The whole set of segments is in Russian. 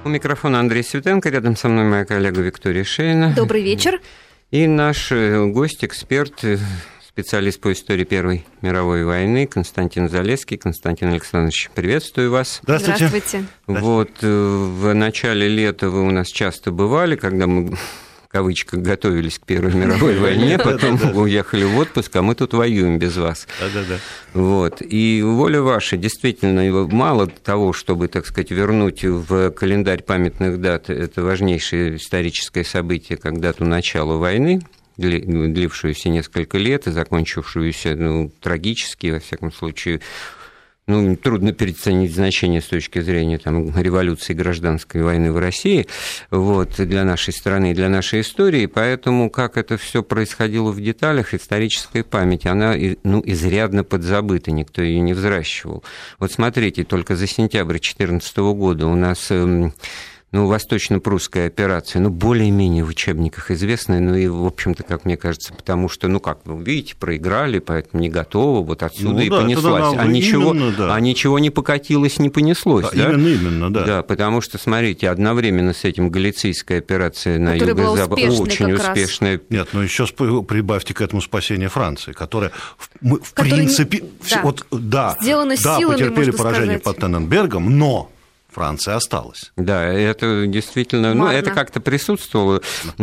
У микрофона Андрей Светенко, рядом со мной моя коллега Виктория Шейна. Добрый вечер. И наш гость, эксперт, специалист по истории Первой мировой войны Константин Залесский. Константин Александрович, приветствую вас. Здравствуйте. Вот в начале лета вы у нас часто бывали, когда мы, в кавычках, готовились к Первой мировой войне, потом уехали в отпуск, а мы тут воюем без вас. Вот. И воля ваша, действительно, мало того, чтобы, так сказать, вернуть в календарь памятных дат это важнейшее историческое событие, как дату начала войны, длившуюся несколько лет и закончившуюся, трагически, во всяком случае, трудно переоценить значение с точки зрения революции, гражданской войны в России, вот, для нашей страны и для нашей истории. Поэтому, как это все происходило в деталях, историческая память, она изрядно подзабыта, никто ее не взращивал. Вот смотрите, только за сентябрь 2014 года у нас... восточно-прусская операция, более-менее в учебниках известная, и, в общем-то, как мне кажется, потому что, вы видите, проиграли, поэтому не готовы, вот отсюда и понеслась. Ничего не покатилось, не понеслось. Да? Именно, да. Да, потому что, смотрите, одновременно с этим галицийская операция на юго-западе очень успешная. Нет, еще прибавьте к этому спасение Франции, которая, в принципе, сделано силами, потерпели поражение под Танненбергом, но... Франция осталась. Да, это действительно, это как-то присутствовало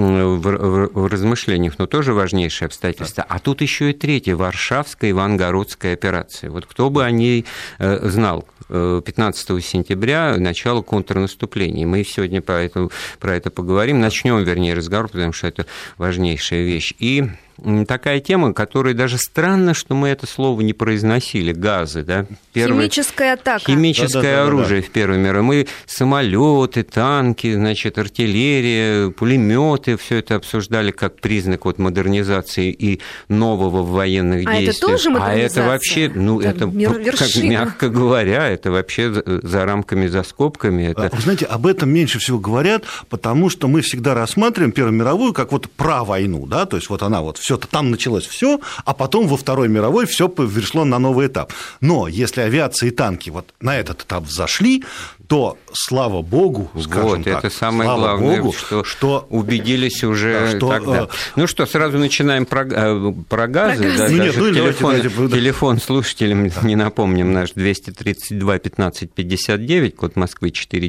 в размышлениях, но тоже важнейшее обстоятельство. А тут еще и третья, Варшавская Ивангородская операция. Вот кто бы о ней знал? 15 сентября начало контрнаступления. Мы сегодня про это поговорим. Начнем, разговор, потому что это важнейшая вещь. И такая тема, которая даже странно, что мы это слово не произносили. Газы, да? Химическая атака. Химическое оружие в Первой мировой. Мы самолеты, танки, артиллерия, пулеметы, все это обсуждали как признак модернизации и нового в военных действиях. Это тоже модернизация? А это вообще, как мягко говоря, это вообще за рамками, за скобками. Вы знаете, об этом меньше всего говорят, потому что мы всегда рассматриваем Первую мировую как про войну, да, то есть она все, там началось все, а потом во Второй мировой все перешло на новый этап. Но если авиация и танки на этот этап взошли, то, слава богу, скажем так, это самое главное, Богу, что убедились уже тогда. Сразу начинаем про газы. Телефон слушателям, не напомним, наш 232-15-59, код Москвы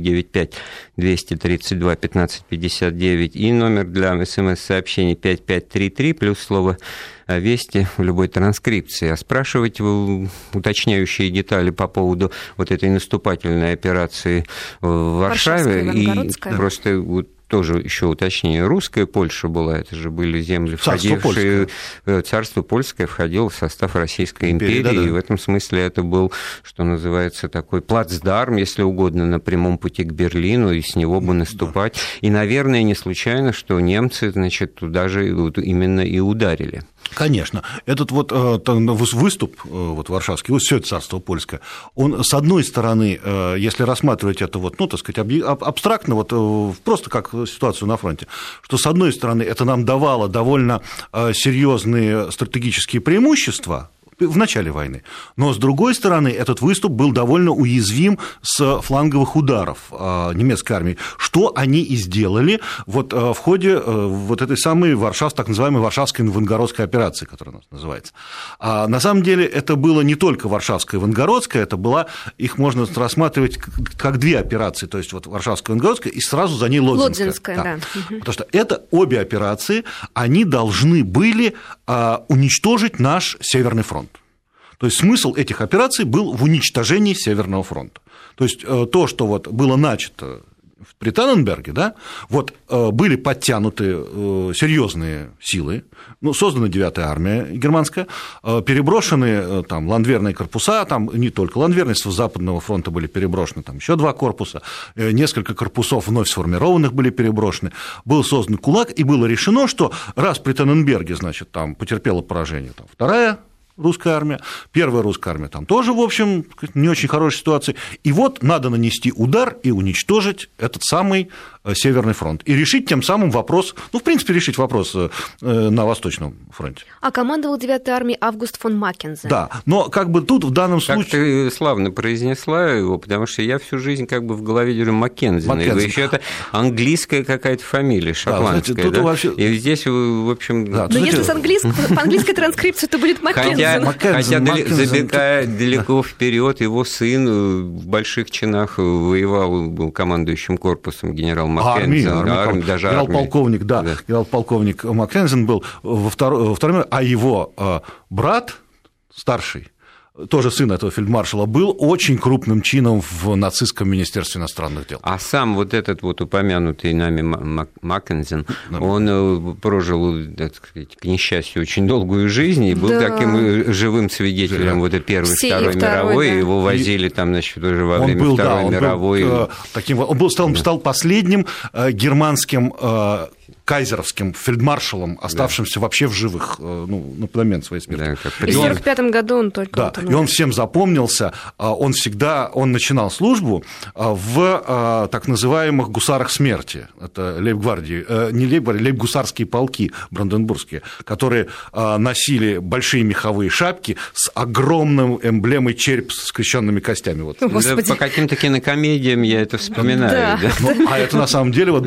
495-232-15-59, и номер для СМС-сообщений 5533, плюс слово «Вести» в любой транскрипции. А спрашивать уточняющие детали по поводу этой наступательной операции в Варшаве, и просто тоже еще уточнение, русская Польша была, это же были земли, входившие... Царство Польское входило в состав Российской империи, и в этом смысле это был, что называется, такой плацдарм, если угодно, на прямом пути к Берлину, и с него бы наступать. Да. И, наверное, не случайно, что немцы, туда же именно и ударили. Конечно. Этот выступ, Варшавский, все это царство польское, он, с одной стороны, если рассматривать это абстрактно, просто как ситуацию на фронте, что, с одной стороны, это нам давало довольно серьезные стратегические преимущества в начале войны, но, с другой стороны, этот выступ был довольно уязвим с фланговых ударов немецкой армии, что они и сделали в ходе этой самой так называемой Варшавской Ивангородской операции, которая у нас называется. А на самом деле это было не только Варшавская Ивангородская, это была, их можно рассматривать как две операции, то есть Варшавская Ивангородская и сразу за ней Лодзинская. Да. Потому что это обе операции, они должны были уничтожить наш Северный фронт. То есть смысл этих операций был в уничтожении Северного фронта. То есть то, что было начато при Танненберге, да, были подтянуты серьезные силы, создана 9-я армия германская, переброшены ландверные корпуса, не только ландверные, с Западного фронта были переброшены еще 2 корпуса, несколько корпусов вновь сформированных были переброшены, был создан кулак, и было решено, что раз при Танненберге, потерпела поражение 2-я русская армия, первая русская армия там тоже, в общем, не очень хорошей ситуации. И вот надо нанести удар и уничтожить этот самый Северный фронт. И решить тем самым вопрос, в принципе, решить вопрос на Восточном фронте. А командовал 9-й армией Август фон Маккензен. Да, но как бы тут в данном случае... Как ты славно произнесла его, потому что я всю жизнь как бы в голове держу Маккензена. И еще это английская какая-то фамилия, шотландская. Да, вообще... И здесь, в общем... Да, но если по английской транскрипции, то будет Маккензен. Хотя забегая далеко вперед, его сын в больших чинах воевал, был командующим корпусом генерал Маккензен. Генерал-полковник, да. Генерал-полковник Маккензен был во втором, а его брат старший, тоже сын этого фельдмаршала, был очень крупным чином в нацистском министерстве иностранных дел. А сам вот этот вот упомянутый нами Маккензен, он прожил, так сказать, к несчастью, очень долгую жизнь и был таким живым свидетелем вот этой Первой и Второй мировой, да. Его возили там, значит, уже во время Второй мировой. Он стал последним германским кайзеровским фельдмаршалом, оставшимся вообще в живых, на момент своей смерти. Да, и в 1945 году он только... Да, и он всем запомнился, он начинал службу в так называемых гусарах смерти, это лейб-гвардии, не лейб-гвардии, лейб-гусарские полки бранденбургские, которые носили большие меховые шапки с огромной эмблемой череп с скрещенными костями. Вот. Да, по каким-то кинокомедиям я это вспоминаю. Да. Да. А это на самом деле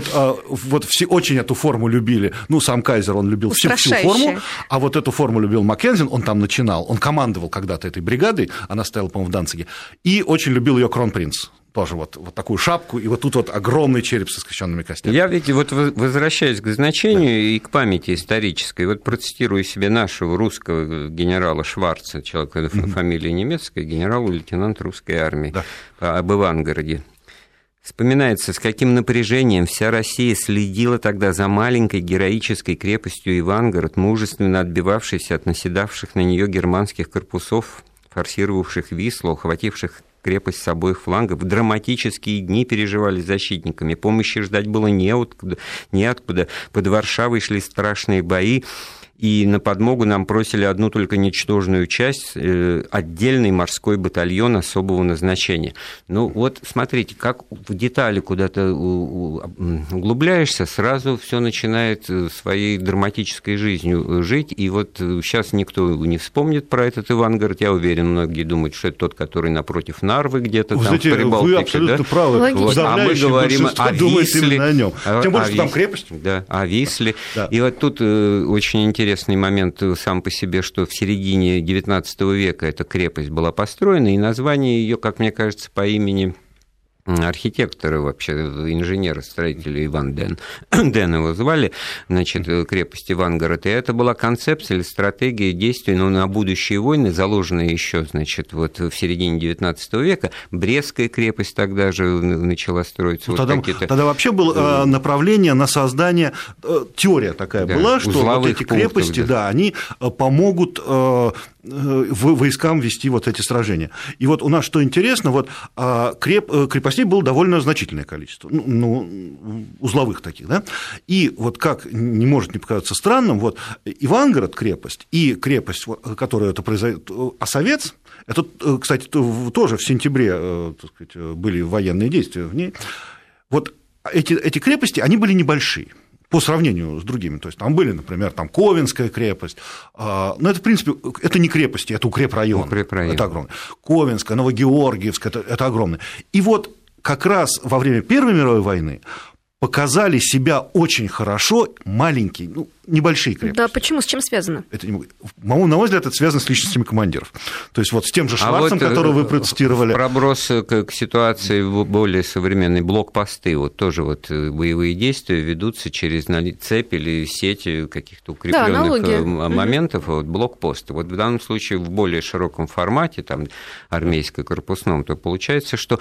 вот все очень эту форму любили. Сам кайзер, он любил всю форму, а вот эту форму любил Маккензен, он там начинал, он командовал когда-то этой бригадой, она стояла, по-моему, в Данциге, и очень любил ее кронпринц. Тоже вот такую шапку, и вот тут вот огромный череп со скрещенными костями. Я ведь вот возвращаюсь к значению и к памяти исторической, вот процитирую себе нашего русского генерала Шварца, человека фамилии немецкая, генерал-лейтенант русской армии, об Ивангороде. Вспоминается, с каким напряжением вся Россия следила тогда за маленькой героической крепостью Ивангород, мужественно отбивавшейся от наседавших на нее германских корпусов, форсировавших Вислу, охвативших крепость с обоих флангов. В драматические дни переживали защитниками. Помощи ждать было неоткуда. Под Варшавой шли страшные бои. И на подмогу нам бросили одну только ничтожную часть, отдельный морской батальон особого назначения. Вот смотрите, как в детали куда-то углубляешься, сразу все начинает своей драматической жизнью жить. И вот сейчас никто не вспомнит про этот Ивангород. Я уверен, многие думают, что это тот, который напротив Нарвы где-то там в Прибалтике. Вы абсолютно правы. А мы говорим о Висле. Тем более, что там крепость. Да, о Висле. Да. И вот тут очень интересный момент сам по себе, что в середине XIX века эта крепость была построена, и название ее, как мне кажется, по имени архитектора, вообще инженера, строителя Иван Ден. Ден его звали, значит, крепость Ивангород. И это была концепция или стратегия действий, на будущие войны, заложенная еще, значит, вот в середине XIX века. Брестская крепость тогда же начала строиться. Тогда вообще было направление на создание, теория такая была, что вот эти крепости, они помогут войскам вести вот эти сражения. И вот у нас что интересно, крепостей было довольно значительное количество, узловых таких, да, и вот как не может не показаться странным, вот Ивангород крепость и крепость, которая это произойдет, Осовец, это, кстати, тоже в сентябре, так сказать, были военные действия в ней, вот эти крепости, они были небольшие. По сравнению с другими. То есть там были, например, там Ковенская крепость. Но это, в принципе, это не крепости, это укрепрайон. Это огромное. Ковенская, Новогеоргиевская, это огромное. И вот как раз во время Первой мировой войны показали себя очень хорошо маленькие, небольшие крепости. Да, почему? С чем связано? На мой взгляд, это связано с личностями командиров. То есть вот с тем же Шварцем, которого вы процитировали. Проброс к ситуации более современной, блокпосты, вот тоже вот боевые действия ведутся через цепь или сеть каких-то укрепленных моментов, вот блокпосты. Вот в данном случае в более широком формате, там, армейско-корпусном, то получается, что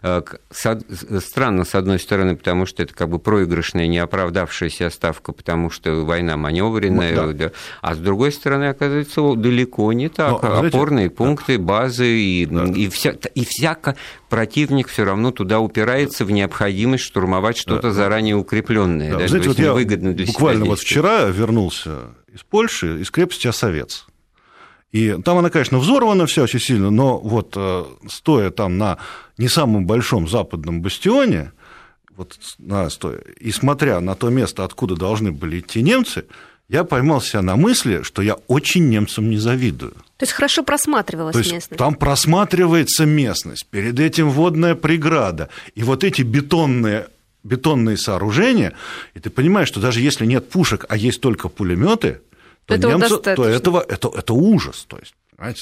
странно, с одной стороны, потому что это как бы проигрышная, неоправдавшаяся ставка, потому что война маневренная, да. А с другой стороны, оказывается, далеко не так. Опорные пункты, базы, и всяко противник все равно туда упирается в необходимость штурмовать что-то заранее укрепленное. Да. Знаете, вот я буквально вот вчера вернулся из Польши, из крепости Осовец. И там она, конечно, взорвана вся очень сильно, но вот стоя там на не самом большом западном бастионе, и смотря на то место, откуда должны были идти немцы, я поймал себя на мысли, что я очень немцам не завидую. То есть хорошо просматривалась местность. Там просматривается местность, перед этим водная преграда, и вот эти бетонные сооружения, и ты понимаешь, что даже если нет пушек, а есть только пулеметы, то немцу, это ужас. То есть, понимаете,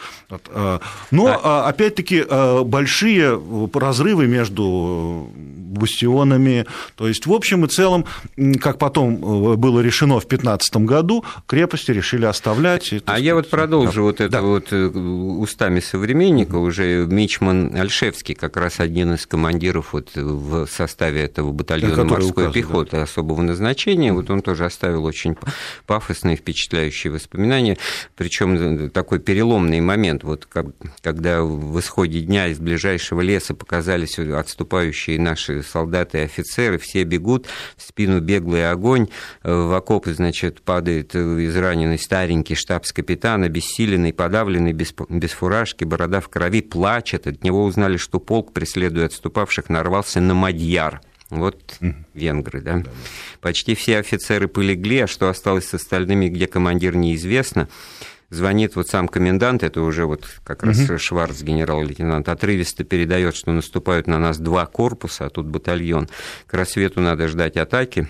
но опять-таки большие разрывы между бастионами, то есть в общем и целом, как потом было решено в 2015 году, крепости решили оставлять. Я вот продолжу устами современника, уже Мичман Ольшевский, как раз один из командиров в составе этого батальона морской пехоты особого назначения, он тоже оставил очень пафосные, впечатляющие воспоминания, причем такой переломный момент, когда в исходе дня из ближайшего леса показались отступающие наши солдаты и офицеры, все бегут, в спину беглый огонь, в окопы, падает израненный старенький штабс-капитан, обессиленный, подавленный, без фуражки, борода в крови, плачет, от него узнали, что полк, преследуя отступавших, нарвался на Мадьяр. Венгры, да? Почти все офицеры полегли, а что осталось с остальными, где командир, неизвестно. Звонит сам комендант, это уже как раз Шварц, генерал-лейтенант, отрывисто передает, что наступают на нас 2 корпуса, а тут батальон. К рассвету надо ждать атаки.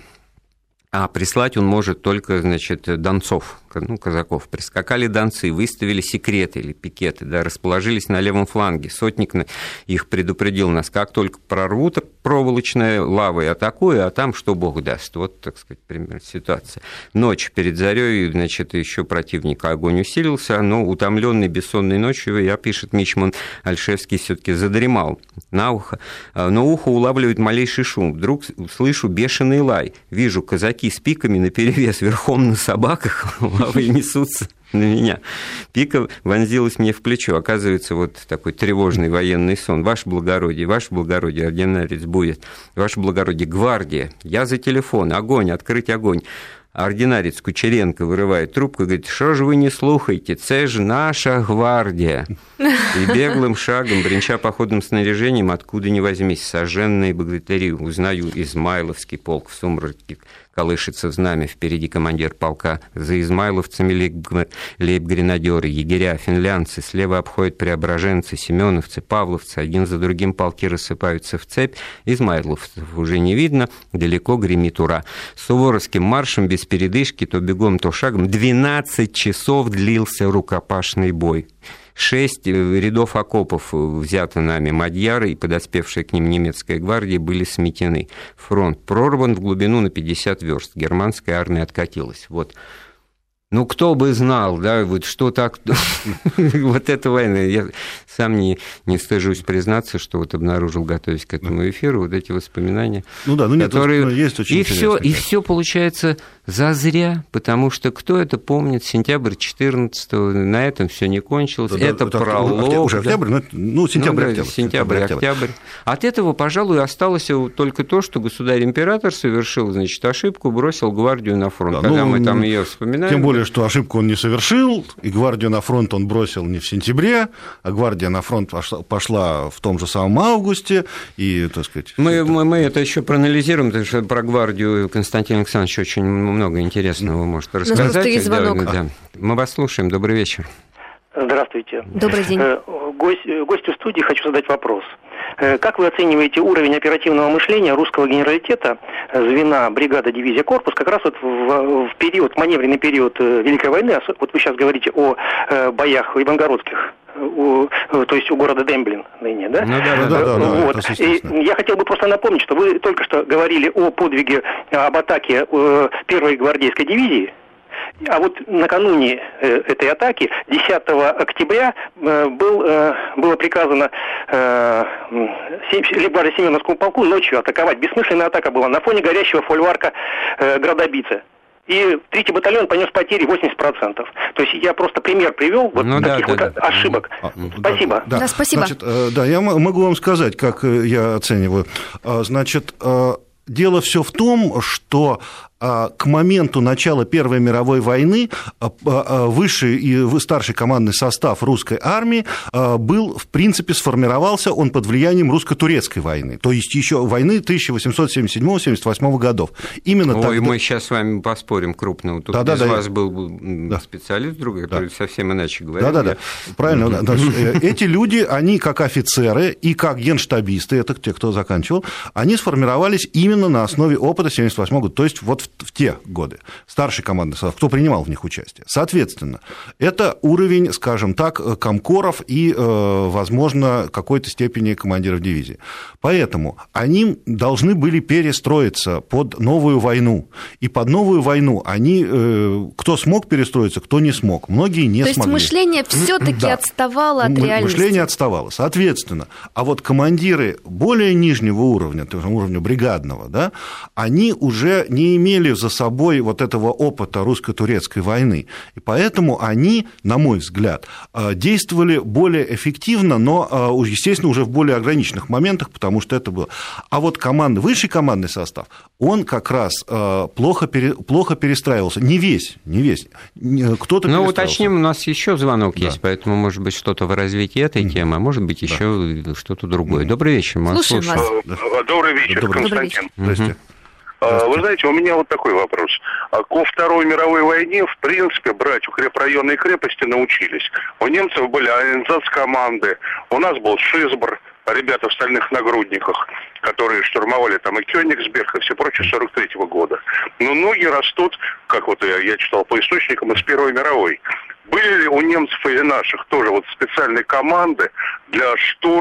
А прислать он может только, донцов, казаков. Прискакали донцы, выставили секреты или пикеты, расположились на левом фланге. Сотник их предупредил нас, как только прорвут проволочной лавой, атакую, а там что Бог даст. Примерно ситуация. Ночь перед зарей, еще противник, огонь усилился, но утомленный бессонной ночью, пишет Мичман Ольшевский, все-таки задремал на ухо, но ухо улавливает малейший шум. Вдруг слышу бешеный лай, вижу казаки с пиками наперевес, верхом на собаках, лавы несутся на меня. Пика вонзилась мне в плечо. Оказывается, такой тревожный военный сон. Ваше благородие, ординарец будет. Ваше благородие, гвардия. Я за телефон. Огонь, открыть огонь. Ординарец Кучеренко вырывает трубку и говорит: что же вы не слухаете, це ж наша гвардия. И беглым шагом, бренча походным снаряжением, откуда ни возьмись, сожженные богатыри, узнаю Измайловский полк, в сумраке колышется знамя, впереди командир полка, за измайловцами лейб-гренадеры, егеря, финлянцы, слева обходят преображенцы, семеновцы, павловцы, один за другим полки рассыпаются в цепь, измайловцев уже не видно, далеко гремит ура. Суворовским маршем без передышки, то бегом, то шагом, 12 часов длился рукопашный бой. 6 рядов окопов взято нами Мадьяры, и подоспевшая к ним немецкая гвардия были сметены. Фронт прорван в глубину на 50 верст. Германская армия откатилась. Кто бы знал, что так... эта война. Я сам не стыжусь признаться, что обнаружил, готовясь к этому эфиру, эти воспоминания, которые... есть очень и все получается зазря, потому что кто это помнит? Сентябрь 14-го, на этом все не кончилось. Это пролог. Уже октябрь, сентябрь-октябрь. Сентябрь-октябрь. От этого, пожалуй, осталось только то, что государь-император совершил, ошибку, бросил гвардию на фронт. Когда мы там ее вспоминаем... Тем более, что ошибку он не совершил, и гвардию на фронт он бросил не в сентябре, а гвардия на фронт пошла в том же самом августе, и, Мы это еще проанализируем, потому что про гвардию Константин Александрович очень много интересного может рассказать. Есть звонок. Да. Мы вас слушаем. Добрый вечер. Здравствуйте. Добрый день. Гостю студии хочу задать вопрос. Как вы оцениваете уровень оперативного мышления русского генералитета, звена, бригада, дивизия, корпус, как раз в период, маневренный период Великой войны, вы сейчас говорите о боях ивангородских, то есть у города Демблин ныне, да? И я хотел бы просто напомнить, что вы только что говорили о подвиге, об атаке первой гвардейской дивизии. А накануне этой атаки, 10 октября, было приказано лейб-гвардии Семеновскому полку ночью атаковать. Бессмысленная атака была на фоне горящего фольварка Градобица. И 3-й батальон понес потери 80%. То есть я просто пример привел таких ошибок. Спасибо. Да, спасибо. Я могу вам сказать, как я оцениваю. Дело все в том, что к моменту начала Первой мировой войны высший и старший командный состав русской армии был, в принципе, сформировался он под влиянием русско-турецкой войны, то есть еще войны 1877-78 годов. Именно тогда... мы сейчас с вами поспорим крупно. Тут без вас был специалист другой, который совсем иначе говорил. Да, правильно. Эти люди, они как офицеры и как генштабисты, это те, кто заканчивал, они сформировались именно на основе опыта 78 года, то есть вот в те годы. Старший командный состав, кто принимал в них участие. Соответственно, это уровень, скажем так, комкоров и, возможно, какой-то степени командиров дивизии. Поэтому они должны были перестроиться под новую войну. И под новую войну они, кто смог перестроиться, кто не смог. Многие не смогли. То есть мышление все-таки отставало от реальности. Мышление отставало, соответственно. А вот командиры более нижнего уровня, то есть уровня бригадного, да, они уже не имели за собой вот этого опыта русско-турецкой войны. И поэтому они, на мой взгляд, действовали более эффективно, но, естественно, уже в более ограниченных моментах, потому что это было. А вот высший командный состав, он как раз плохо перестраивался. Не весь. Кто-то перестраивался. Уточним, у нас еще звонок есть, поэтому, может быть, что-то в развитии этой темы, а может быть, еще что-то другое. Добрый вечер, мы вас слушаем. Добрый вечер, Константин. Здравствуйте. Вы знаете, у меня вот такой вопрос. Ко Второй мировой войне, в принципе, брать укрепрайонные крепости научились. У немцев были команды, у нас был Шисбор, ребята в стальных нагрудниках, которые штурмовали там и Кёнигсберг, и все прочее 43-го года. Но ноги растут, как вот я читал по источникам, из Первой мировой. Были ли у немцев или наших тоже вот специальные команды для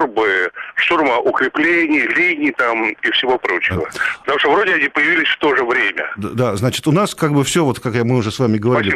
штурма укреплений, линий там и всего прочего? Потому что вроде они появились в то же время. Да, значит, у нас как бы все, вот как мы уже с вами говорили.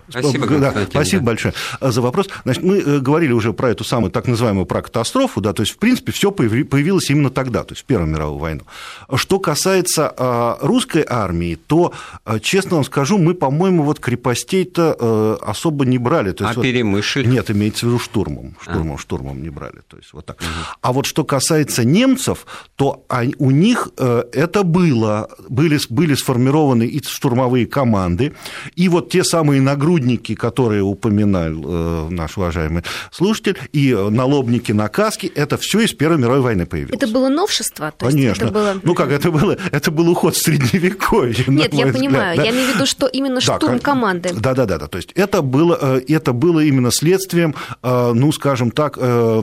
Спасибо большое за вопрос. Значит, мы говорили уже про эту самую так называемую катастрофу, да, то есть, в принципе, все появилось именно тогда, то есть в Первую мировую войну. Что касается русской армии, то, честно вам скажу, мы, по-моему, вот крепостей-то особо не брали. То есть, Перемышль? Нет, имеется в виду штурмом не брали. То есть, вот так. А вот что касается немцев, то у них это были сформированы и штурмовые команды, и вот те самые нагрудники, которые упоминал наш уважаемый слушатель, и налобники на каски, это все из Первой мировой войны появилось. Это было новшество? То Конечно. Это было... Это был уход в Средневековье. Нет, я понимаю. Да? Я имею в виду, что именно штурм команды. Да. То есть это было именно следствием, ну, скажем так,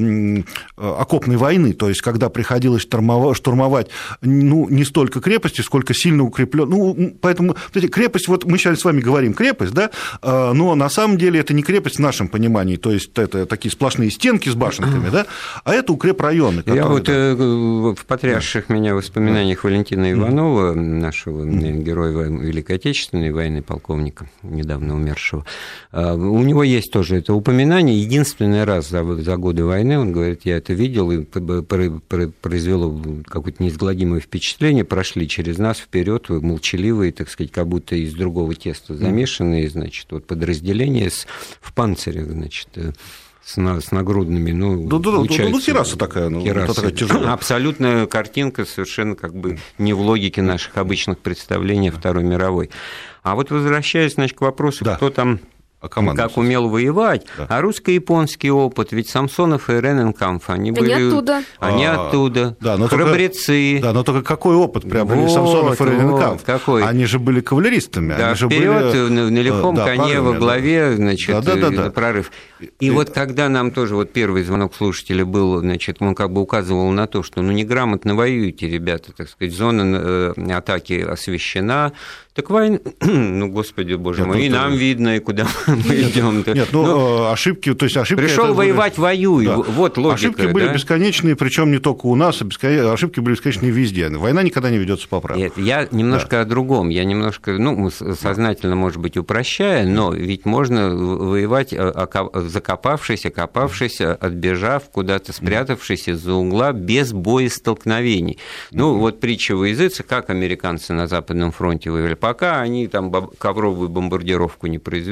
окопной войны, то есть когда приходилось штурмовать не столько крепости, сколько сильно укрепленную. Поэтому крепость, вот мы сейчас с вами говорим крепость, да, но на самом деле это не крепость в нашем понимании, то есть это такие сплошные стенки с башенками, да, а это укрепрайоны. Я вот в потрясших меня воспоминаниях Валентина Иванова, нашего героя Великой Отечественной войны, полковника, недавно умершего, у него есть тоже это упоминание. Единственный раз за годы войны, он говорит, я это видел, и произвело какое-то неизгладимое впечатление, прошли через нас вперед молчаливые, так сказать, как будто из другого теста замешанные, значит, вот подразделения в панцирях, значит, с нагрудными, терраса такая, такая тяжелая. Абсолютная картинка, совершенно как бы не в логике наших обычных представлений Второй мировой. А вот возвращаясь, значит, к вопросу, кто там... как умел воевать, а русско-японский опыт, ведь Самсонов и Рененкампф, они оттуда. Они оттуда, храбрецы. Но только какой опыт приобрели Самсонов и Рененкампф? Какой? Они же были кавалеристами. Да, вперед на легком коне во главе, значит, на прорыв. И вот когда нам тоже вот первый звонок слушателя был, значит, он как бы указывал на то, что неграмотно воюете, ребята, так сказать, зона атаки освещена. Так война, господи, боже мой, и нам видно, и куда мы идем. Нет, ошибки, то есть ошибки... Пришел воевать, воюй, вот логика. Ошибки были бесконечные, причем не только у нас, ошибки были бесконечные везде. Война никогда не ведется по правилам. Нет, я немножко о другом, я немножко, сознательно, может быть, упрощая, но ведь можно воевать, закопавшись, окопавшись, отбежав, куда-то спрятавшись из-за угла, без боестолкновений. Вот притча во языце, как американцы на Западном фронте воевали. Пока они там ковровую бомбардировку не произвели, пока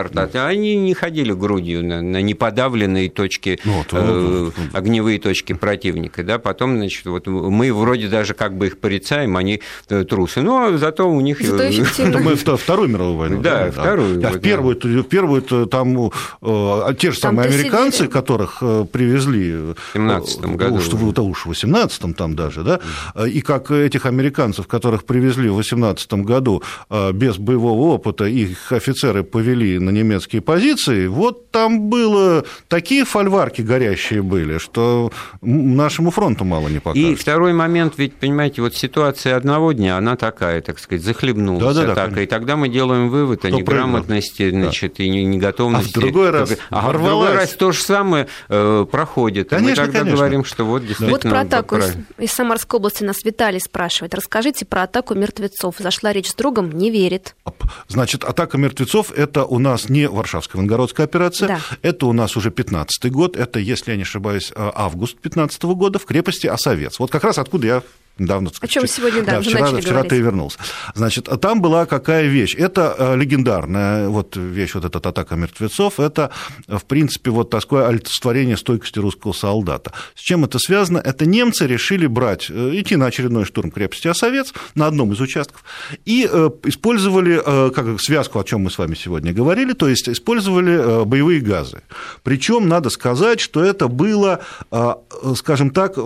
старт, они не ходили грудью на неподавленные точки, огневые точки противника, да, потом, значит, вот мы вроде даже как бы их порицаем, они трусы, но зато у них... Это мы Вторую мировую войну. Да, вторую. А в первую там те же самые американцы, которых привезли... В 17-м году. Уж в 18-м там даже, да, и как этих американцев, которых привезли в 18-м году без боевого опыта, их офицеры повели на немецкие позиции, вот там было такие фольварки горящие были, что нашему фронту мало не покажет. И второй момент, ведь, понимаете, вот ситуация одного дня, она такая, так сказать, захлебнулась атакой, и тогда мы делаем вывод о неграмотности, значит, и неготовности. А в другой раз в другой раз то же самое проходит. Конечно, мы тогда говорим, что вот действительно... Вот про атаку из Самарской области нас Виталий спрашивает. Расскажите про атаку мертвецов. Зашла речь с другом, не верит. Значит, атака мертвецов – это у нас не Варшавская Новгородская операция, да. Это у нас уже 15-й год, это, если я не ошибаюсь, август 15-го года в крепости Осовец. Вот как раз откуда я недавно... О чем сегодня, да, вчера ты и вернулся. Значит, там была какая вещь? Это легендарная вот вещь, вот эта атака мертвецов, это, в принципе, вот такое олицетворение стойкости русского солдата. С чем это связано? Это немцы решили идти на очередной штурм крепости Осовец на одном из участков и использовали как связку, о чем мы с вами сегодня говорили, то есть использовали боевые газы. Причем надо сказать, что это было, скажем так,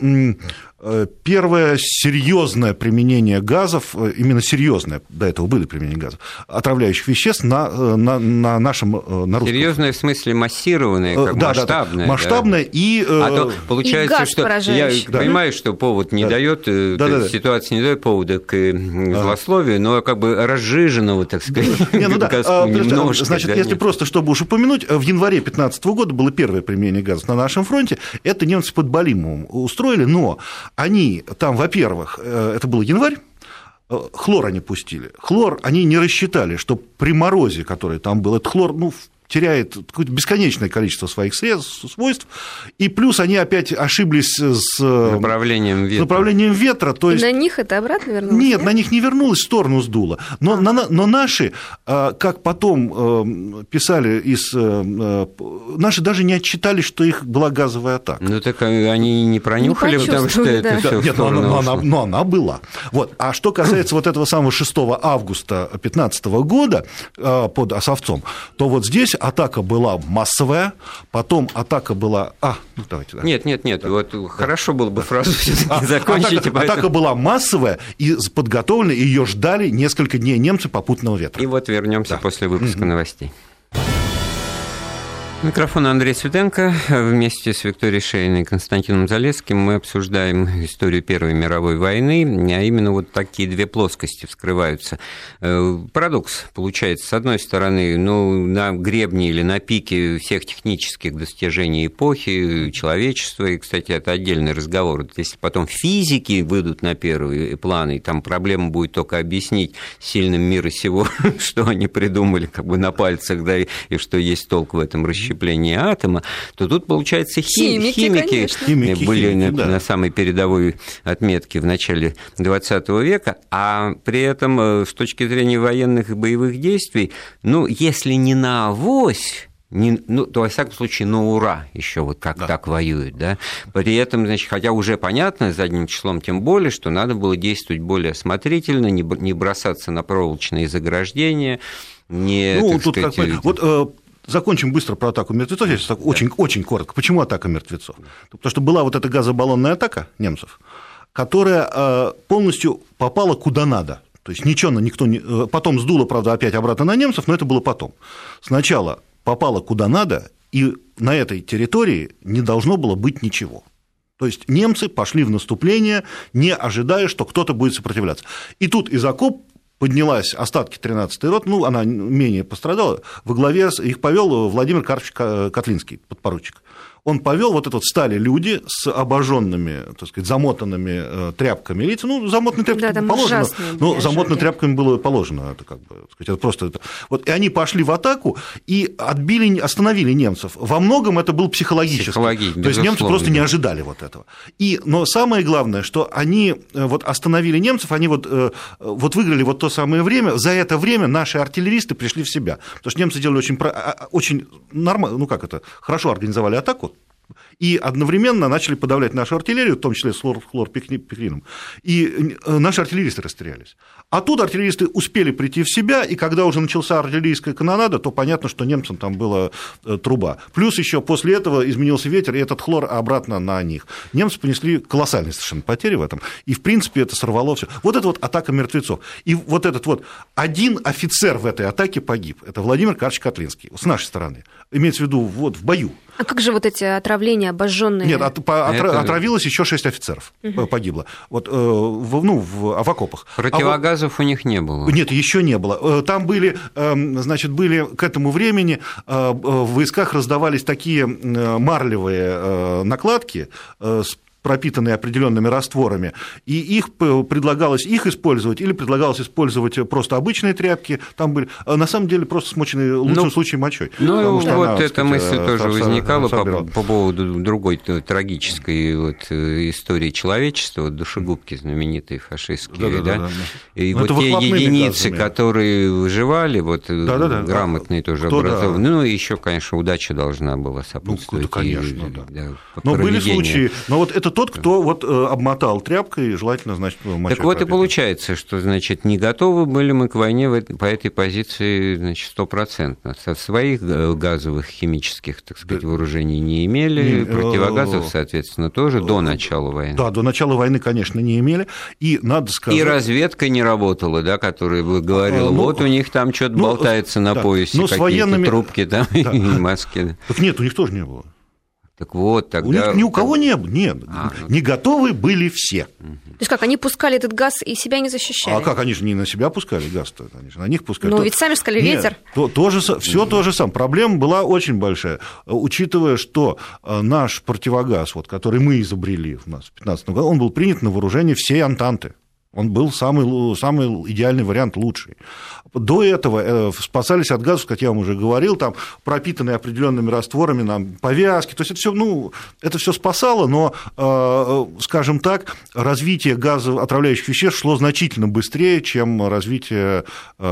первое серьезное применение газов, именно серьезное, до этого были применения газов, отравляющих веществ на нашем, на русском. Серьезное в смысле массированное, как масштабное. Масштабное да. и... А то получается, и что я понимаю, что повод не дает, ситуация не дает повода к злословию, но как бы разжиженного, так сказать, немножко. Значит, если просто, чтобы уж упомянуть, в январе 2015 года было первое применение газов на нашем фронте, это немцы под Балимовым устроили, но они там, во-первых, это был январь, хлор они пустили. Хлор они не рассчитали, что при морозе, который там был, этот хлор, теряет какое-то бесконечное количество своих свойств, и плюс они опять ошиблись с направлением ветра. То есть... И на них это обратно вернулось? Нет, на них не вернулось, в сторону сдуло. Но наши, как потом писали, наши даже не отчитали, что их была газовая атака. Ну так они не пронюхали, потому что это всё в сторону ушло. Но она была. Вот. А что касается вот этого самого 6 августа 2015 года под Осовцом, то вот здесь атака была массовая, потом атака была... давайте. Да. Нет, вот хорошо было бы фразу все-таки закончить. Атака была массовая и подготовлена, и ее ждали несколько дней немцы попутного ветра. И вот вернемся после выпуска новостей. Микрофон Андрей Светенко. Вместе с Викторией Шейной и Константином Залесским мы обсуждаем историю Первой мировой войны, а именно вот такие две плоскости вскрываются. Парадокс получается, с одной стороны, на гребне или на пике всех технических достижений эпохи, человечества, и, кстати, это отдельный разговор. Если потом физики выйдут на первый план, и там проблема будет только объяснить сильным мира сего, что они придумали как бы на пальцах, да, и что есть толк в этом расщеплении атома, то тут, получается, химики были на самой передовой отметке в начале XX века, а при этом с точки зрения военных и боевых действий, если не на авось, то, во всяком случае, на ура еще вот как так воюют, да. При этом, значит, хотя уже понятно, задним числом тем более, что надо было действовать более осмотрительно, не бросаться на проволочные заграждения, Закончим быстро про атаку мертвецов. Я сейчас очень коротко. Почему атака мертвецов? Потому что была вот эта газобаллонная атака немцев, которая полностью попала куда надо. То есть никто не... Потом сдуло, правда, опять обратно на немцев, но это было потом. Сначала попала куда надо, и на этой территории не должно было быть ничего. То есть немцы пошли в наступление, не ожидая, что кто-то будет сопротивляться. И тут из окоп поднялась остатки 13-й роты, она менее пострадала, во главе их повел Владимир Карпович Котлинский, подпоручик. Он повел, вот это вот стали люди с обожженными, так сказать, замотанными тряпками лица. Ну, замотанными тряпками положено. Но замотанными тряпками было положено. Это как бы, так сказать, это просто это. Вот, и они пошли в атаку и остановили немцев. Во многом это был психологический. То есть немцы просто не ожидали вот этого. Но самое главное, что они вот остановили немцев, они вот выиграли вот то самое время. За это время наши артиллеристы пришли в себя. Потому что немцы делали очень нормально, ну как это, хорошо организовали атаку, и одновременно начали подавлять нашу артиллерию, в том числе с хлорпикрином, и наши артиллеристы растерялись. Оттуда артиллеристы успели прийти в себя, и когда уже начался артиллерийская канонада, то понятно, что немцам там была труба. Плюс еще после этого изменился ветер, и этот хлор обратно на них. Немцы понесли колоссальные совершенно потери в этом, и, в принципе, это сорвало все. Вот это вот атака мертвецов. И вот этот вот один офицер в этой атаке погиб. Это Владимир Карлович Котлинский, с нашей стороны. Имеется в виду вот в бою. А как же вот эти отравления, обожженные? Нет, отравилось еще 6 офицеров, погибло вот, в окопах. Противогазов у них не было? Нет, еще не было. Там были к этому времени в войсках раздавались такие марлевые накладки с пропитанные определенными растворами, и их предлагалось использовать, или предлагалось использовать просто обычные тряпки, там были, на самом деле, просто смоченные в лучшем случае мочой. Ну, вот эта мысль тоже возникала по поводу другой трагической вот истории человечества, вот душегубки знаменитые фашистские, да? И вот те единицы, которые выживали, вот грамотные тоже образованные, ну, и еще, конечно, удача должна была сопутствовать. Ну, конечно, да. Но были случаи, но вот это тот, кто вот обмотал тряпкой, желательно, значит, мочой. Так вот и получается, что, значит, не готовы были мы к войне по этой позиции, значит, 100%. Своих газовых химических, так сказать, вооружений не имели, противогазов, соответственно, тоже до начала войны. Да, до начала войны, конечно, не имели, и надо сказать... И разведка не работала, да, которая говорила, вот у них там что-то болтается на поясе, какие-то военными... трубки там и маски. Так нет, у них тоже не было. Так вот, тогда... У них ни у кого не было, нет, не готовы были все. То есть как, они пускали этот газ и себя не защищали? А как, они же не на себя пускали газ-то, они же на них пускали. Ну, ведь сами сказали, ветер. Все то же самое. Проблема была очень большая, учитывая, что наш противогаз, вот, который мы изобрели в 2015 году, он был принят на вооружение всей Антанты. Он был самый идеальный вариант, лучший. До этого спасались от газов, как я вам уже говорил, там пропитанные определенными растворами, там, повязки. То есть это все спасало, но, скажем так, развитие газоотравляющих веществ шло значительно быстрее, чем развитие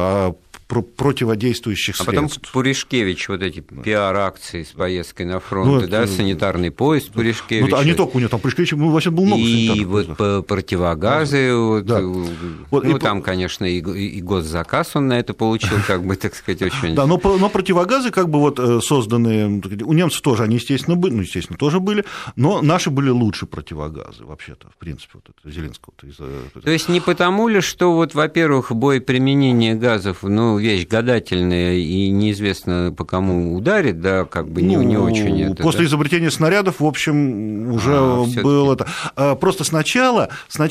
противодействующих средств. Потом Пуришкевич, вот эти пиар-акции с поездкой на фронт, санитарный поезд Пуришкевича. А не только у него, там Пуришкевич вообще был много санитарных поездов. И вот противогазы, там, конечно, и госзаказ он на это получил, как бы, так сказать, очень... Да, но противогазы, как бы, вот созданные, у немцев тоже, они, естественно, были, естественно, тоже были, но наши были лучше противогазы, вообще-то, в принципе, вот это Зеленского. То есть не потому ли, что, вот, во-первых, боеприменение газов, вещь гадательная, и неизвестно, по кому ударит, да, как бы не очень это. После изобретения снарядов, в общем, уже было это. Просто сначала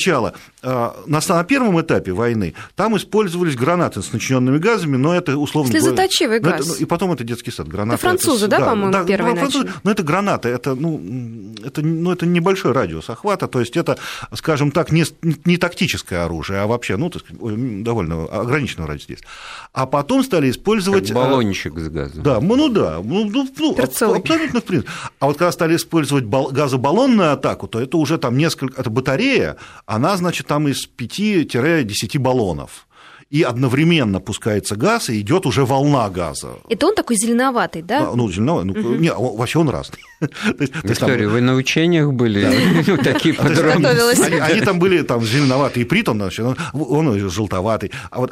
на первом этапе войны там использовались гранаты с начиненными газами, но это условно... Слезоточивый газ. И потом это детский сад. Гранаты, это французы, да, по-моему, первые начали? Но это гранаты, это небольшой радиус охвата, то есть это, скажем так, не тактическое оружие, а вообще, так сказать, довольно ограниченного радиуса. А потом стали использовать... Как баллончик с газом. Да, абсолютно в принципе. А вот когда стали использовать газобаллонную атаку, то это уже там это батарея, она, значит, там из 5-10 баллонов. И одновременно пускается газ, и идет уже волна газа. Это он такой зеленоватый, да? Зеленоватый. Нет, вообще он разный. Виктория, вы на учениях были? Такие подробности. Они там были зеленоватые, и притом он желтоватый.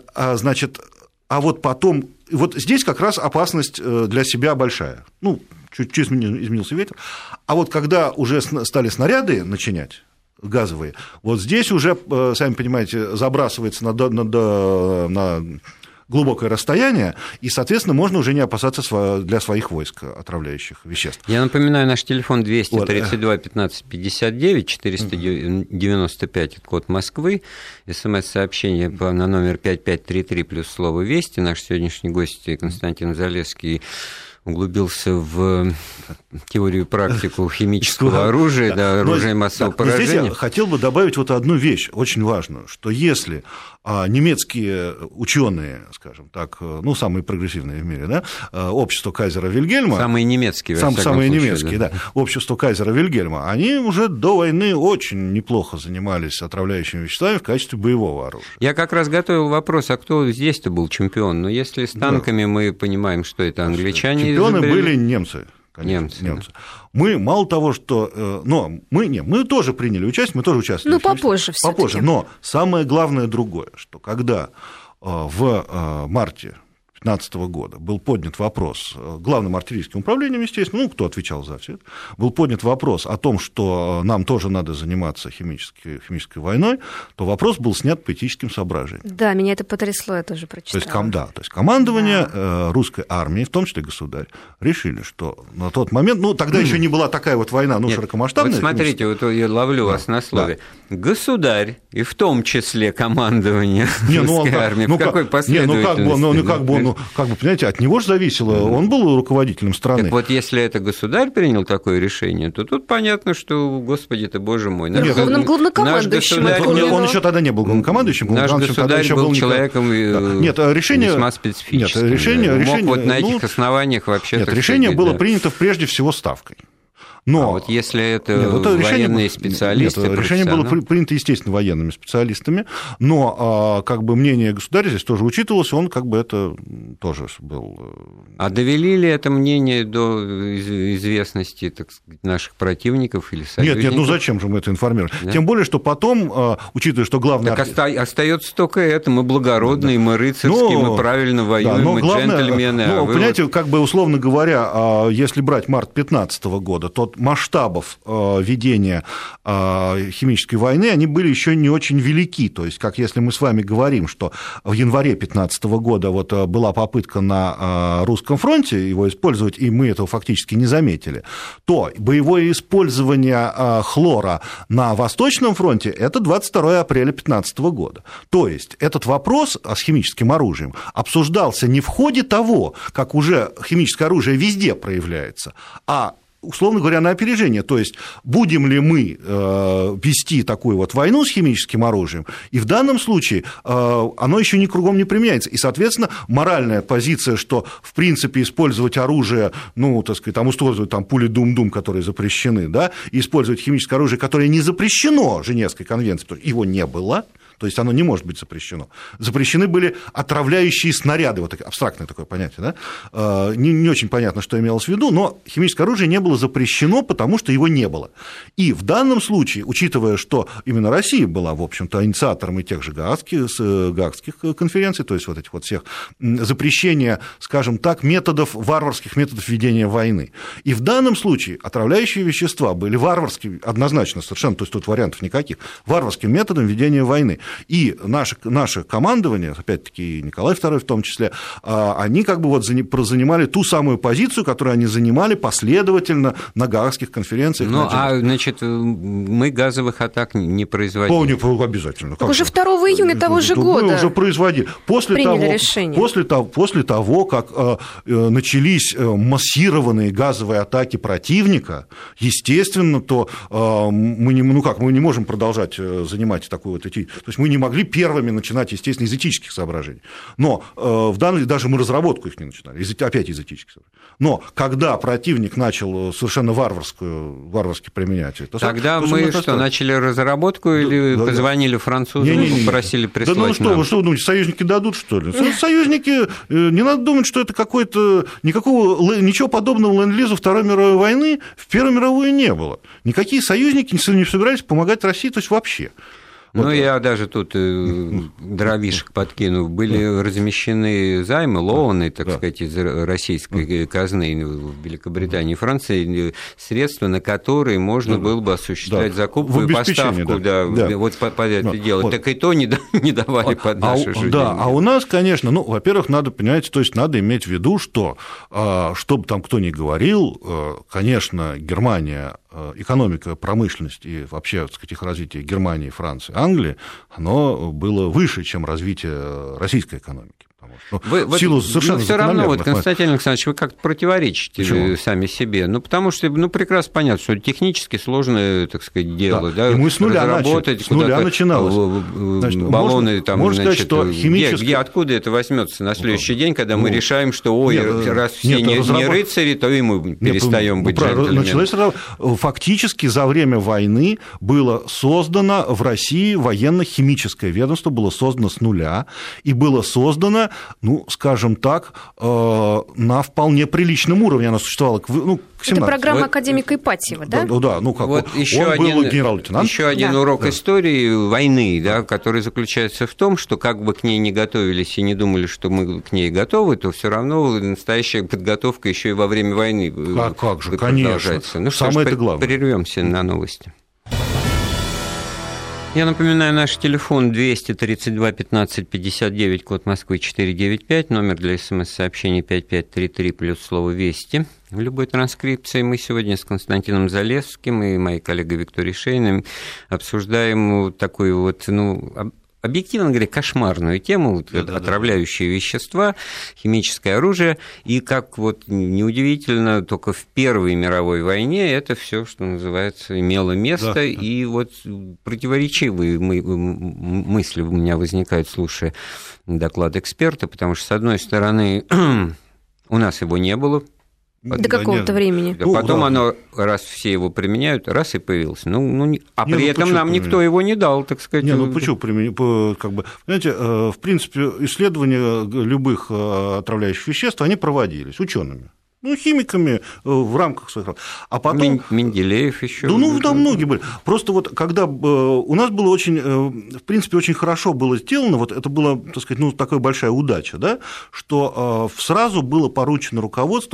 А вот потом, вот здесь как раз опасность для себя большая. Чуть изменился ветер. А вот когда уже стали снаряды начинять, газовые, вот здесь уже, сами понимаете, забрасывается на глубокое расстояние, и, соответственно, можно уже не опасаться для своих войск отравляющих веществ. Я напоминаю, наш телефон 232 15 59, 495, это код Москвы, СМС-сообщение на номер 5533 плюс слово «Вести». Наш сегодняшний гость Константин Залесский, углубился в теорию и практику химического оружия, да, оружия массового поражения. Здесь я хотел бы добавить вот одну вещь, очень важную, что если немецкие ученые, скажем так, ну, самые прогрессивные в мире, да, общество кайзера Вильгельма... Самые немецкие, во всяком самые случае, немецкие, да. Общество кайзера Вильгельма, они уже до войны очень неплохо занимались отравляющими веществами в качестве боевого оружия. Я как раз готовил вопрос, а кто здесь-то был чемпион? Но если с танками мы понимаем, что это англичане... Чемпионы были немцы. Конечно, немцы. Мы мало того, что... Но мы тоже приняли участие, мы тоже участвовали. Ну, попозже все-таки. Попозже, но самое главное другое, что когда в марте 2015 года был поднят вопрос главным артиллерийским управлением, естественно, ну, кто отвечал за все это, был поднят вопрос о том, что нам тоже надо заниматься химической войной, то вопрос был снят по этическим соображениям. Да, меня это потрясло, я тоже прочитала. То есть командование русской армии, в том числе государь, решили, что на тот момент, ну, тогда еще не была такая вот война, ну, широкомасштабная. Вот смотрите, вот я ловлю вас на слове. Да. Государь, и в том числе командование русской армии, в какой последовательности? Как бы, понимаете, от него же зависело, он был руководителем страны. Так вот, если это государь принял такое решение, то тут понятно, что, господи ты, боже мой. Главнокомандующим. Он еще тогда не был главнокомандующим. Наш государь был человеком весьма специфическим. Мог вот на этих основаниях вообще... Нет, решение было принято прежде всего Ставкой. Но вот если это военные специалисты... Решение было принято, естественно, военными специалистами, но как бы мнение государя здесь тоже учитывалось, он как бы это тоже был... А довели ли это мнение до известности, так сказать, наших противников или союзников? Нет, ну зачем же мы это информируем? Да? Тем более, что потом, учитывая, что главное... Так остается только это, мы благородные, мы рыцарские, мы правильно воюем, мы джентльмены. Ну, понимаете, как бы, условно говоря, если брать март 2015 года, то масштабов ведения химической войны, они были еще не очень велики. То есть, как если мы с вами говорим, что в январе 2015 года вот была попытка на русском фронте его использовать, и мы этого фактически не заметили, то боевое использование хлора на Восточном фронте – это 22 апреля 2015 года. То есть, этот вопрос с химическим оружием обсуждался не в ходе того, как уже химическое оружие везде проявляется, а условно говоря, на опережение. То есть, будем ли мы вести такую вот войну с химическим оружием, и в данном случае оно еще ни кругом не применяется. И, соответственно, моральная позиция, что, в принципе, использовать оружие, ну, так сказать, там, использовать там, пули Дум-Дум, которые запрещены, да, и использовать химическое оружие, которое не запрещено Женевской конвенцией, потому что его не было, то есть оно не может быть запрещено. Запрещены были отравляющие снаряды, вот абстрактное такое понятие, да? Не очень понятно, что имелось в виду, но химическое оружие не было запрещено, потому что его не было. И в данном случае, учитывая, что именно Россия была, в общем-то, инициатором и тех же гаагских конференций, то есть вот этих вот всех запрещения, скажем так, варварских методов ведения войны. И в данном случае отравляющие вещества были варварскими, однозначно совершенно, то есть тут вариантов никаких, варварским методом ведения войны. И наше командование, опять-таки Николай II в том числе, они как бы вот занимали ту самую позицию, которую они занимали последовательно на гаагских конференциях. Ну, значит, мы газовых атак не производили. Не обязательно. Уже 2 июня того же года мы уже производили. После того, как начались массированные газовые атаки противника, естественно, то мы не можем продолжать занимать такую вот... То есть мы не могли первыми начинать, естественно, из этических соображений. Но в данном даже мы разработку их не начинали, опять из этических соображений. Но когда противник начал совершенно варварски применять это... Тогда мы начали разработку или позвонили французам и попросили прислать нам? Вы что вы думаете, союзники дадут, что ли? Союзники, не надо думать, что это ничего подобного ленд-лизу Второй мировой войны в Первую мировую не было. Никакие союзники не собирались помогать России, то есть вообще. Ну, вот. Я даже тут дровишек подкину. Были размещены займы, лоаны, так сказать, из российской казны в Великобритании и Франции, средства, на которые можно было бы осуществлять закупку и поставку. Вот под это дело. Вот. Так и то не давали под наши же деньги. А у нас, конечно, во-первых, надо понять, то есть надо иметь в виду, что, чтобы там кто ни говорил, конечно, Германия, экономика, промышленность и вообще, так сказать, их развитие Германии, Франции, Англии, оно было выше, чем развитие российской экономики. В силу совершенно все равно, вот, закономерных. Константин Александрович, вы как-то противоречите сами себе. Ну, потому что, прекрасно понятно, что технически сложное, так сказать, дело. Да. И мы с нуля начиналось. Баллоны, там, можно сказать, что химически... откуда это возьмется на следующий день, когда мы решаем, что, раз все не рыцари, то и мы перестаем быть джентльменами. Фактически за время войны было создано в России военно-химическое ведомство, было создано с нуля, и было создано, скажем так, на вполне приличном уровне. Оно существовало к 17. Это программа академика Ипатьева, да? Да, как вот еще он был генерал-лейтенант. Еще один урок истории войны, да, который заключается в том, что как бы к ней не готовились и не думали, что мы к ней готовы, то все равно настоящая подготовка еще и во время войны как же, продолжается. Конечно. Самое это главное. Прервемся на новости. Я напоминаю, наш телефон 232 15 59, код Москвы 495, номер для СМС-сообщений 5533 плюс слово «Вести». В любой транскрипции мы сегодня с Константином Залесским и моей коллегой Викторией Шейной обсуждаем такую объективно говоря, кошмарную тему, отравляющие вещества, химическое оружие, и как неудивительно, только в Первой мировой войне это все, что называется, имело место, и противоречивые мысли у меня возникают, слушая доклад эксперта, потому что, с одной стороны, у нас его не было, до какого-то времени. Потом оно, раз все его применяют, раз и появилось. При этом нам никто его не дал, так сказать. Почему применить? Знаете, в принципе, исследования любых отравляющих веществ, они проводились учеными. Химиками в рамках своих... А потом... Менделеев еще. Там многие были. Просто когда у нас было в принципе, очень хорошо было сделано, это была, так сказать, такая большая удача, да, что сразу было поручено руководству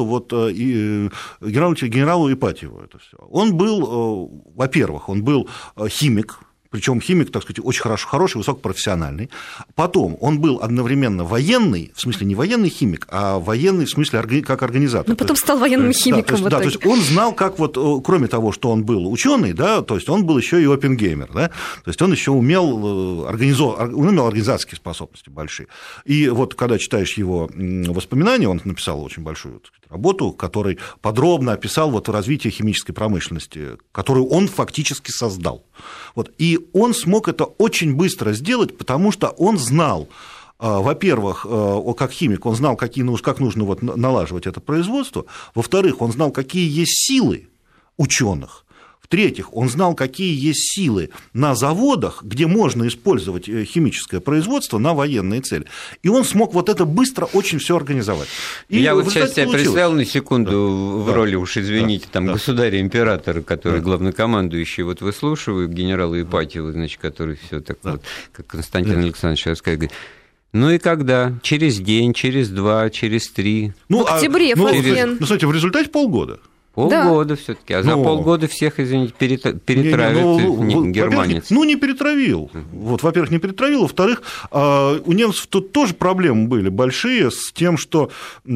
генералу Ипатьеву это все. Он был, во-первых, он был химик, причем химик, так сказать, очень хороший, высокопрофессиональный. Потом он был одновременно военный, в смысле не военный химик, а военный в смысле как организатор. Потом стал военным химиком. То есть он знал, как кроме того, что он был ученый, да, то есть он был еще и опенгеймер, да, то есть он еще умел организаторские способности большие. И когда читаешь его воспоминания, он написал очень большую, так сказать, работу, в которой подробно описал развитие химической промышленности, которую он фактически создал. И он смог это очень быстро сделать, потому что он знал, во-первых, как химик, он знал, как нужно налаживать это производство, во-вторых, он знал, какие есть силы ученых. В-третьих, он знал, какие есть силы на заводах, где можно использовать химическое производство на военные цели. И он смог это быстро очень все организовать. И я сейчас себя представил на секунду в роли, уж извините, государя-императора, который главнокомандующий, выслушиваю генерала Ипатьева, который все так как Константин Александрович рассказывает, говорит, и когда? Через день, через два, через три? В октябре, Фазен. Кстати, в результате полгода. Полгода все-таки, за полгода всех, извините, перетравит германец. Не перетравил. Во-первых, не перетравил, во-вторых, у немцев тут тоже проблемы были большие с тем, что...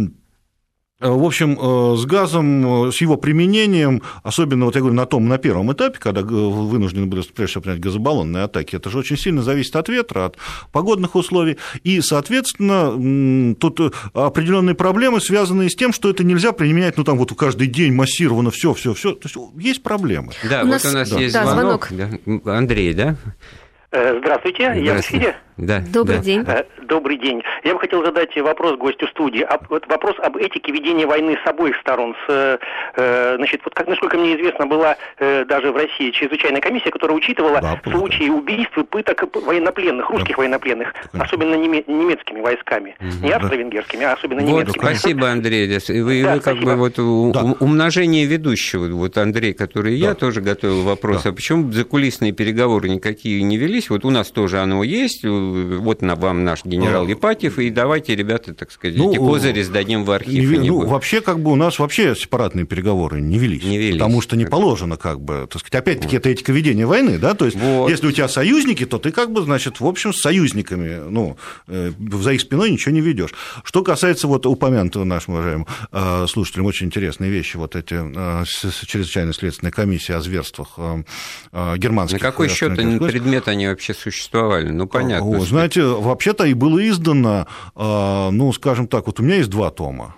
В общем, с газом, с его применением, особенно, я говорю, на первом этапе, когда вынуждены были, прежде всего, принять газобаллонные атаки, это же очень сильно зависит от ветра, от погодных условий, и, соответственно, тут определенные проблемы, связанные с тем, что это нельзя применять, каждый день массированно, все, то есть есть проблемы. Да, у нас есть звонок. Андрей, да? Здравствуйте, я в эфире. Да, Добрый день. Добрый день. Я бы хотел задать вопрос гостю студии. Вопрос об этике ведения войны с обоих сторон. Насколько мне известно, была даже в России чрезвычайная комиссия, которая учитывала случаи убийств и пыток военнопленных, русских военнопленных, особенно немецкими войсками. Не австро-венгерскими, а особенно немецкими. Спасибо, Андрей. Вы умножение ведущего. Андрей, который я тоже готовил вопрос. А почему закулисные переговоры никакие не велись? У нас тоже оно есть. Вам наш генерал Ипатьев, и давайте, ребята, так сказать, эти козыри сдадим в архив. Вообще, у нас вообще сепаратные переговоры не велись. Потому что не положено, так сказать, опять-таки, это этика ведения войны, да, то есть, если у тебя союзники, то ты, в общем, с союзниками, за их спиной ничего не ведешь. Что касается упомянутого нашим уважаемым слушателям, очень интересные вещи, эти чрезвычайная следственная комиссия о зверствах германских. На какой счет предмет они вообще существовали? Понятно. знаете, вообще-то и было издано, ну, скажем так, вот у меня есть 2 тома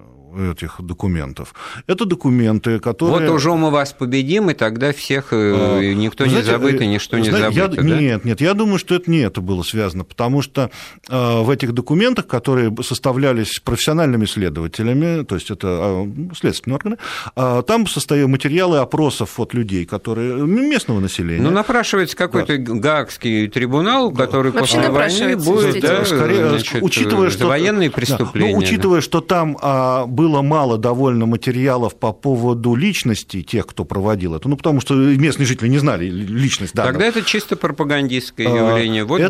этих документов. Это документы, которые... Вот уже мы вас победим, и тогда всех никто не забыт, и ничто не забыто, да? Нет, я думаю, что это не это было связано, потому что в этих документах, которые составлялись профессиональными следователями, то есть это следственные органы, там состояли материалы опросов от людей, которые местного населения. Ну, напрашивается какой-то Гаагский трибунал, который вообще после войны будет, да, значит, учитывая, что, военные преступления. Ну, учитывая, что там было мало довольно материалов по поводу личности тех, кто проводил это, ну, потому что местные жители не знали личность данного. Тогда это чисто пропагандистское явление. Вот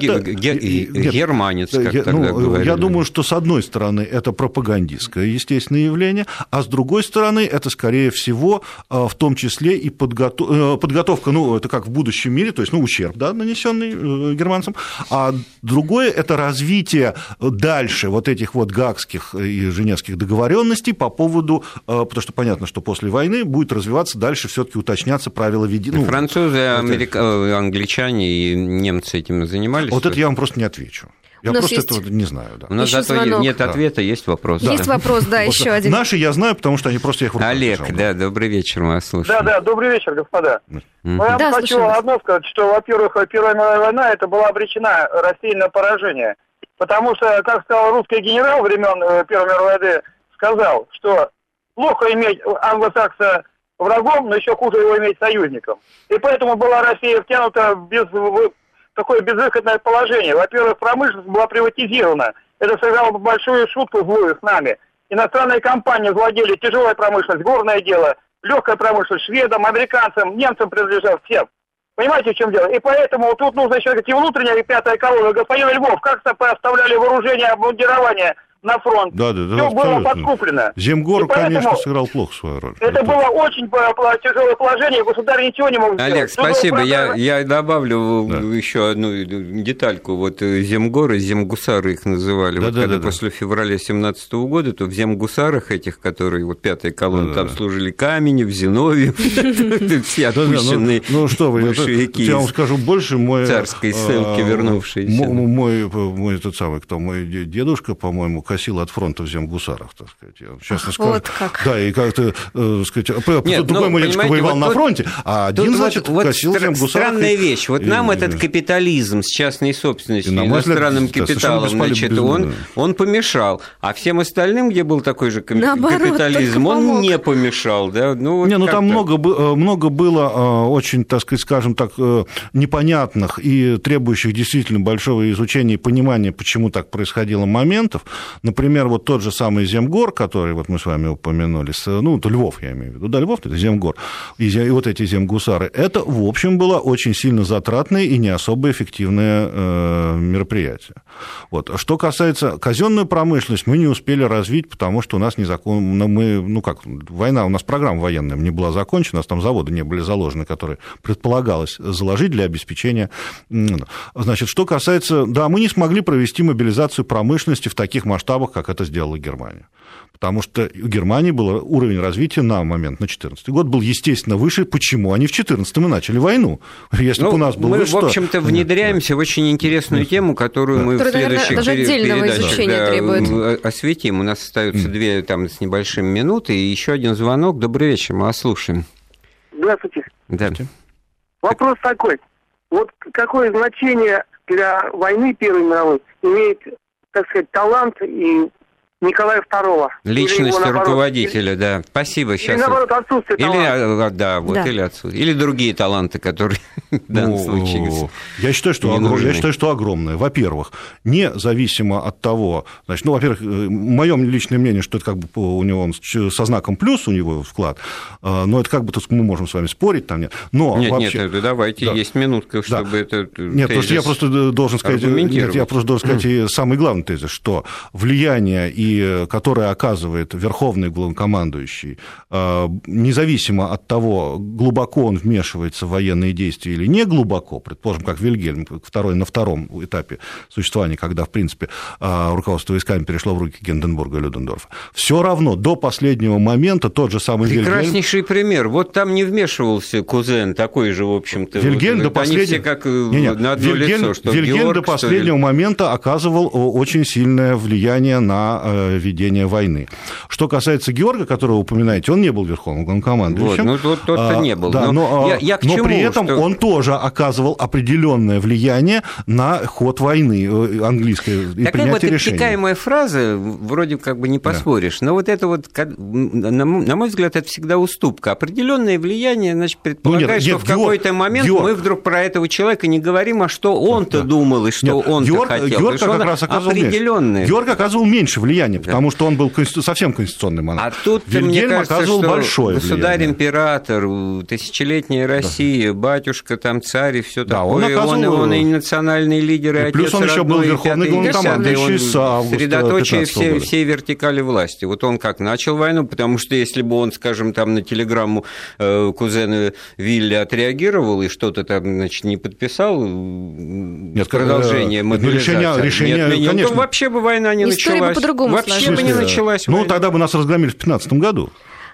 германец, как тогда говорили. Я думаю, что с одной стороны это пропагандистское, естественное явление, а с другой стороны это, скорее всего, в том числе и подготовка, ну, это как в будущем мире, то есть, ну, ущерб, да, нанесенный германцам, а другое это развитие дальше вот этих вот гаагских и женевских договоренностей по поводу, потому что понятно, что после войны будет развиваться дальше, все-таки уточняться правила ведения. Французы, англичане и немцы этим занимались? Вот это я вам просто не отвечу. Я просто этого не знаю. Да. У нас зато звонок. Нет ответа, есть вопрос. Есть вопрос, да, еще один. Наши я знаю, потому что они просто их в руках Олег, держал, да, добрый вечер, мы вас слушаем. Да, добрый вечер, господа. Я хочу одно сказать, что, во-первых, Первая мировая война это была обречена Россией на поражение. Потому что, как сказал русский генерал времен Первой мировой войны, сказал, что плохо иметь англосакса врагом, но еще хуже его иметь союзником. И поэтому была Россия втянута в такое безвыходное положение. Во-первых, промышленность была приватизирована. Это сыграло большую шутку злую с нами. Иностранные компании владели тяжелой промышленностью, горное дело, легкая промышленность, шведам, американцам, немцам принадлежал всем. Понимаете, в чем дело? И поэтому тут нужно еще и внутренняя, и 5-я колонна. Господин Львов, как оставляли вооружение, обмундирование на фронт. Да, все было подкуплено. Земгор, конечно, сыграл плохо свою роль. Это было очень тяжелое положение, государь ничего не мог сделать. Олег, спасибо. Я добавлю еще одну детальку. Вот земгоры, земгусары их называли. Когда после февраля 2017 года, то в земгусарах этих, которые вот 5-я колонна, там служили Каменев, Зиновьев, все отпущенные большевики. Я вам скажу больше, мой царской ссылки вернувшиеся. Мой тот самый, кто мой дедушка, по-моему, косил от фронта в земгусарах, так сказать. Я честно скажу. Вот как. Да, и как-то, сказать, другой мой дедушка воевал на фронте, а один, значит, косил в земгусарах. Странная вещь. Вот нам этот капитализм с частной собственностью, иностранным капиталом, значит, он помешал. А всем остальным, где был такой же капитализм, он не помешал. Да? Там много было очень, так сказать, скажем так, непонятных и требующих действительно большого изучения и понимания, почему так происходило моментов. Например, вот тот же самый Земгор, который вот мы с вами упомянули, это Львов, я имею в виду, да, Львов, это Земгор, и вот эти земгусары, это, в общем, было очень сильно затратное и не особо эффективное мероприятие. Вот. Что касается казенной промышленности, мы не успели развить, потому что у нас незаконно, война, у нас программа военная не была закончена, у нас там заводы не были заложены, которые предполагалось заложить для обеспечения. Значит, что касается, да, мы не смогли провести мобилизацию промышленности в таких масштабах, как это сделала Германия. Потому что у Германии был уровень развития на момент, на 2014 год, был, естественно, выше. Почему? Они в 2014 и начали войну. Если бы у нас было мы, выше, в общем-то, внедряемся в очень интересную тему, которую мы в следующих передачах осветим. У нас остаются 2 там, с небольшим минуты, и еще один звонок. Добрый вечер, мы вас слушаем. Здравствуйте. Да. Вопрос такой. Вот какое значение для войны Первой мировой имеет, так сказать, талант и Николая II. Личность руководителя, да. Спасибо. Сейчас. Или, наоборот, отсутствие таланта. Или отсутствие. Или другие таланты, которые в данном случае я считаю, что огромное. Во-первых, независимо от того, значит, во-первых, мое личное мнение, что это как бы у него со знаком плюс у него вклад, но это как бы тут мы можем с вами спорить, там нет. Но нет, давайте, есть минутка, чтобы это. Нет, потому что я просто должен сказать, самый главный тезис, что влияние и и которые оказывает верховный главнокомандующий, независимо от того, глубоко он вмешивается в военные действия или не глубоко, предположим, как Вильгельм на втором этапе существования, когда, в принципе, руководство войсками перешло в руки Гинденбурга и Людендорфа, все равно до последнего момента тот же самый Вильгельм... Прекраснейший пример. Вот там не вмешивался кузен, такой же, в общем-то. Вильгельм до последнего... как на одно лицо, что Вильгельм Георг, до последнего момента оказывал очень сильное влияние на ведение войны. Что касается Георга, которого вы упоминаете, он не был верховным главнокомандующим. Вот, ну, тот-то не был. Да, но при этом что... он тоже оказывал определенное влияние на ход войны английской и принятие решений. Такая вот обтекаемая фраза, вроде как бы не поспоришь, но вот это вот, на мой взгляд, это всегда уступка. Определенное влияние, значит, предполагает, что в какой-то момент мы вдруг про этого человека не говорим, а что он-то думал и что он-то хотел. Георг как раз оказывал меньше влияния, потому что он был совсем конституционный монарх. А тут, мне кажется, что государь-император, тысячелетняя Россия, батюшка, там царь и все такое, он и национальный лидер, и отец плюс он еще был верховный главнокомандующий с августа 15 года. Средоточие всей вертикали власти. Вот он как начал войну, потому что если бы он, скажем, там на телеграмму кузена Вилли отреагировал и что-то там, значит, не подписал, продолжение мобилизации, решение, то вообще бы война не История началась. Бы по-другому вообще бы не началась. Ну, тогда бы нас разгромили в 15 году.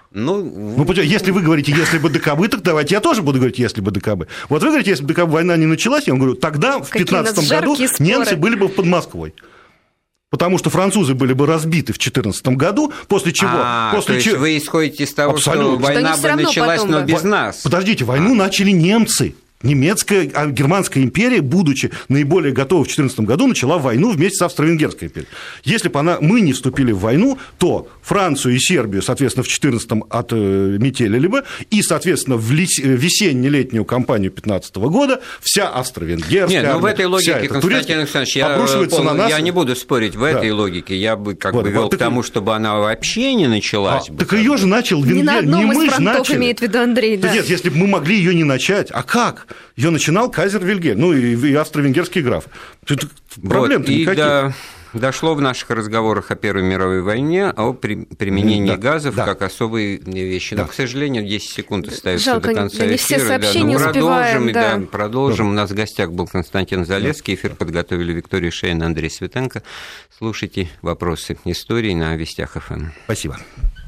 Если вы говорите, если бы ДКБ, так давайте я тоже буду говорить, если бы ДКБ. Вот вы говорите, если бы ДКБ война не началась, я вам говорю, тогда в 15 году немцы были бы под Москвой. Потому что французы были бы разбиты в 2014 году, после чего... То есть вы исходите из того, что война бы началась, но без нас. Подождите, войну начали немцы. Немецкая, Германская империя, будучи наиболее готова в 2014 году, начала войну вместе с Австро-Венгерской империей. Если бы мы не вступили в войну, то Францию и Сербию, соответственно, в 2014 отметелили бы, и, соответственно, в весенне-летнюю кампанию 2015 года вся Австро-Венгерская армия, в этой логике, Константин Александрович, я не буду спорить в этой логике, я бы вел к тому, чтобы она вообще не началась. Так ее же начал Венгер, не на одном не мы из же фронтов начали. имеет в виду Андрей, да. Нет, если бы мы могли ее не начать, а как? Ее начинал кайзер Вильгельм, и австро-венгерский граф. Проблем-то никаких. Дошло в наших разговорах о Первой мировой войне о применении газов как особые вещи. Но, к сожалению, 10 секунд остается до конца не все эфира. сообщения успеваем. Продолжим. У нас в гостях был Константин Залесский. Эфир подготовили Виктория Шейн и Андрей Светенко. Слушайте вопросы истории на Вестях ФМ. Спасибо.